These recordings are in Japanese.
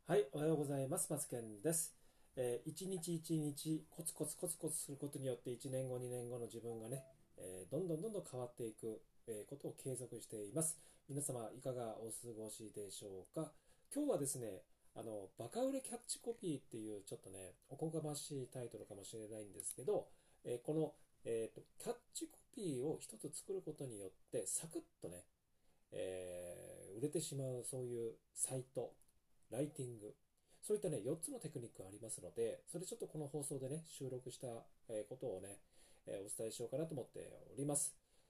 はい、おはようございます。マツケンです。一日一日コツコツコツコツすることによって1年後、2年後の自分がね、どんどん変わっていく、ことを継続しています。皆様いかがお過ごしでしょうか。今日はですね、バカ売れキャッチコピーっていうちょっとね、おこがましいタイトルかもしれないんですけど、この、キャッチコピーを一つ作ることによってサクッとね、売れてしまうそういうサイト、ライティング、そういったね、4つのテクニックがありますので、それちょっとこの放送でね、収録したことをね、お伝えしようかなと思っております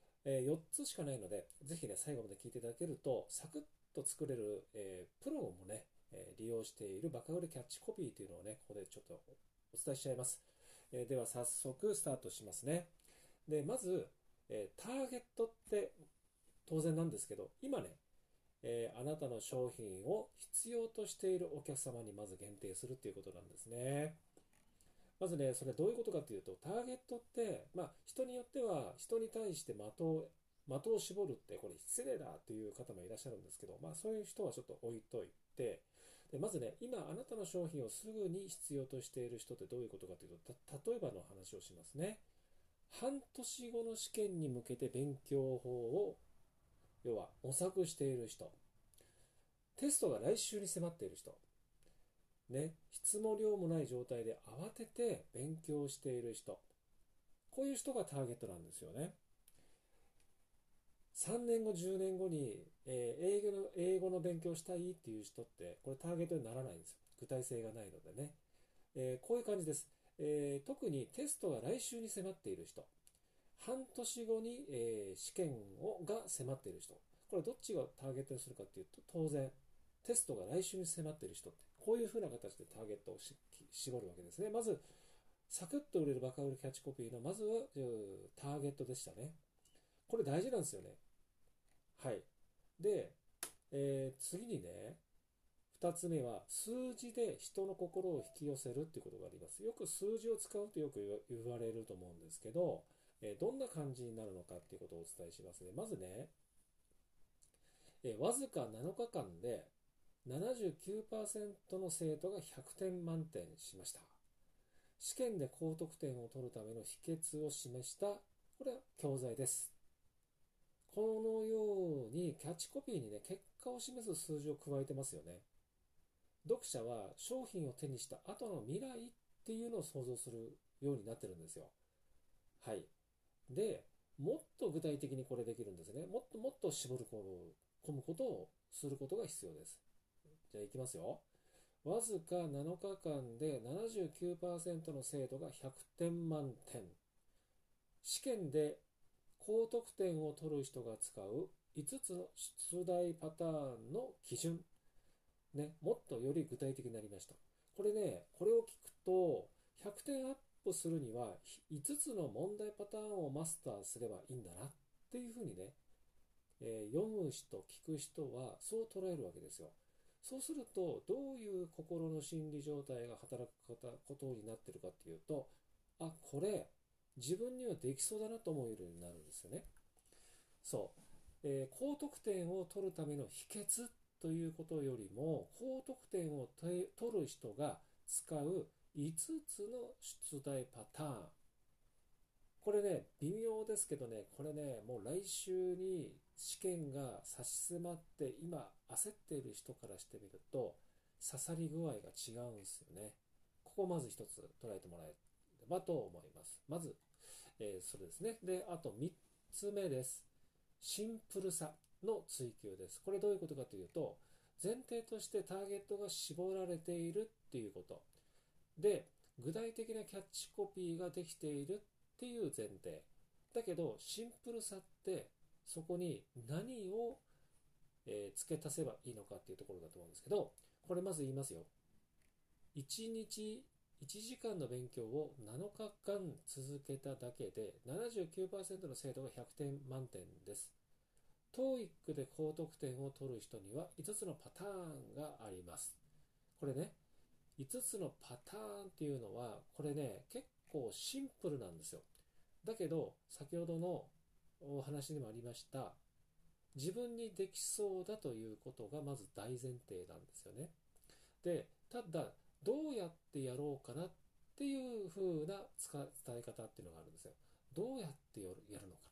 。4つしかないので、ぜひね、最後まで聞いていただけると、サクッと作れる、プロもね、利用しているバカ売れキャッチコピーというのをね、ここでちょっとお伝えしちゃいます。では早速スタートしますね。で、まず、ターゲットって当然なんですけど、今ね、あなたの商品を必要としているお客様にまず限定するっていうことなんですね。まずね、それどういうことかというと、ターゲットって、人によっては人に対して的を絞るってこれ失礼だっていう方もいらっしゃるんですけど、そういう人はちょっと置いといて、でまずね、今あなたの商品をすぐに必要としている人ってどういうことかというと、例えばの話をしますね。半年後の試験に向けて勉強法を要は模索している人、テストが来週に迫っている人、ね、質も量もない状態で慌てて勉強している人、こういう人がターゲットなんですよね。3年後、10年後に、英語の勉強したいっていう人って、これターゲットにならないんですよ。具体性がないのでね。こういう感じです。特にテストが来週に迫っている人、半年後に、試験が迫っている人、これどっちがターゲットにするかっていうと、当然、テストが来週に迫っている人って、こういう風な形でターゲットを絞るわけですね。まず、サクッと売れるバカ売れキャッチコピーの、まずはターゲットでしたね。これ大事なんですよね。はい。で、次にね、2つ目は数字で人の心を引き寄せるっていうことがあります。よく数字を使うとよく言われると思うんですけど、どんな感じになるのかっていうことをお伝えしますね。まずね、わずか7日間で79%の生徒が100点満点しました。試験で高得点を取るための秘訣を示した、これは教材です。このようにキャッチコピーにね、結果を示す数字を加えてますよね。読者は商品を手にした後の未来っていうのを想像するようになってるんですよ。はい。で、もっと具体的にこれできるんですね。もっともっと絞り込むことをすることが必要です。じゃあいきますよ。わずか7日間で79%の生徒が100点満点。試験で高得点を取る人が使う5つの出題パターンの基準。ね、もっとより具体的になりました。これね、これを聞くと、100点アップするには5つの問題パターンをマスターすればいいんだなっていうふうにね、読む人、聞く人はそう捉えるわけですよ。そうすると、どういう心の心理状態が働くことになっているかっていうと、これ、自分にはできそうだなと思うようになるんですよね。そう。高得点を取るための秘訣ということよりも、高得点を取る人が使う5つの出題パターン。これね、微妙ですけどね、これね、もう来週に試験が差し迫って、今焦っている人からしてみると、刺さり具合が違うんですよね。ここをまず一つ捉えてもらえればと思います。まず、それですね。で、あと3つ目です。シンプルさの追求です。これどういうことかというと、前提としてターゲットが絞られているっていうこと。で、具体的なキャッチコピーができているっていう前提。だけど、シンプルさってそこに何を付け足せばいいのかっていうところだと思うんですけど、これまず言いますよ。1日1時間の勉強を7日間続けただけで79%の生徒が100点満点です。TOEIC で高得点を取る人には5つのパターンがあります。これね、5つのパターンっていうのは、これね、結構シンプルなんですよ。だけど、先ほどのお話にもありました、自分にできそうだということがまず大前提なんですよね。 、ただどうやってやろうかなっていう風な伝え方っていうのがあるんですよ。どうやってやるのかな。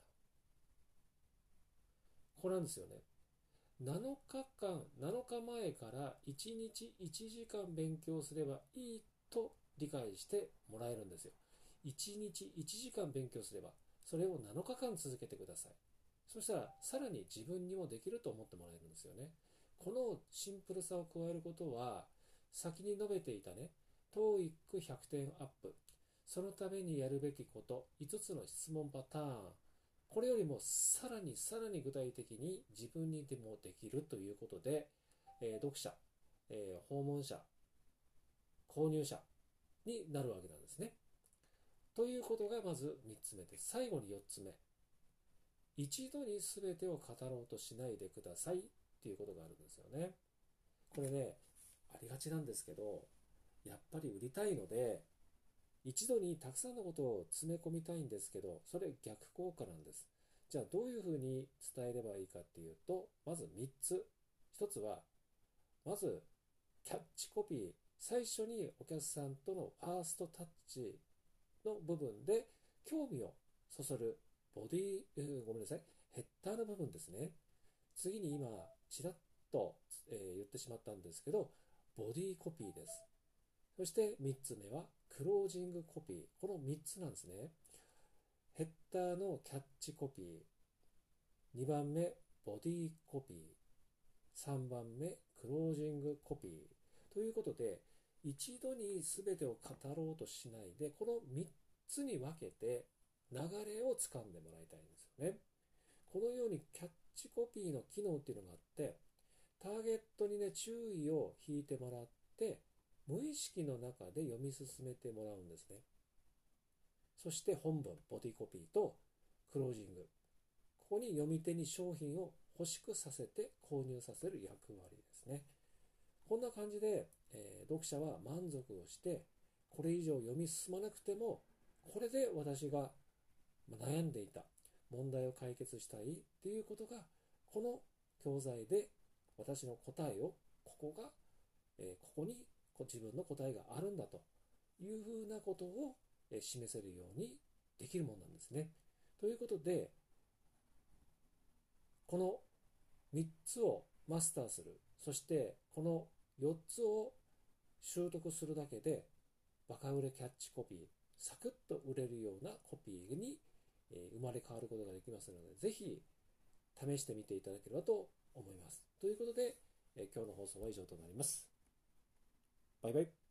これなんですよね。7日間、7日前から1日1時間勉強すればいいと理解してもらえるんですよ。1日1時間勉強すれば、それを7日間続けてください。そしたら、さらに自分にもできると思ってもらえるんですよね。このシンプルさを加えることは、先に述べていたね、TOEIC100 点アップ、そのためにやるべきこと、5つの質問パターン、これよりもさらにさらに具体的に自分にでもできるということで、読者、訪問者、購入者になるわけなんですね。ということがまず3つ目です。最後に4つ目。一度に全てを語ろうとしないでくださいっていうことがあるんですよね。これね、ありがちなんですけど、やっぱり売りたいので、一度にたくさんのことを詰め込みたいんですけど、それ逆効果なんです。じゃあどういうふうに伝えればいいかっていうと、まず3つ。1つは、まずキャッチコピー。最初にお客さんとのファーストタッチの部分で興味をそそるボディ、ごめんなさい、ヘッダーの部分ですね。次に今、ちらっと、言ってしまったんですけど、ボディコピーです。そして3つ目はクロージングコピー。この3つなんですね。ヘッダーのキャッチコピー。2番目、ボディコピー。3番目、クロージングコピー。ということで、一度に全てを語ろうとしないで、この3つに分けて流れをつかんでもらいたいんですよね。このようにキャッチコピーの機能っていうのがあって、ターゲットにね、注意を引いてもらって、無意識の中で読み進めてもらうんですね。そして本文、ボディコピーとクロージング。ここに読み手に商品を欲しくさせて購入させる役割ですね。こんな感じで、読者は満足をして、これ以上読み進まなくても、これで私が悩んでいた問題を解決したいっていうことが、この教材で私の答えを、ここに自分の答えがあるんだというふうなことを示せるようにできるものなんですね。ということで、この3つをマスターする。そしてこの4つを習得するだけで、バカ売れキャッチコピー、サクッと売れるようなコピーに生まれ変わることができますので、ぜひ試してみていただければと思います。ということで、今日の放送は以上となります。バイバイ。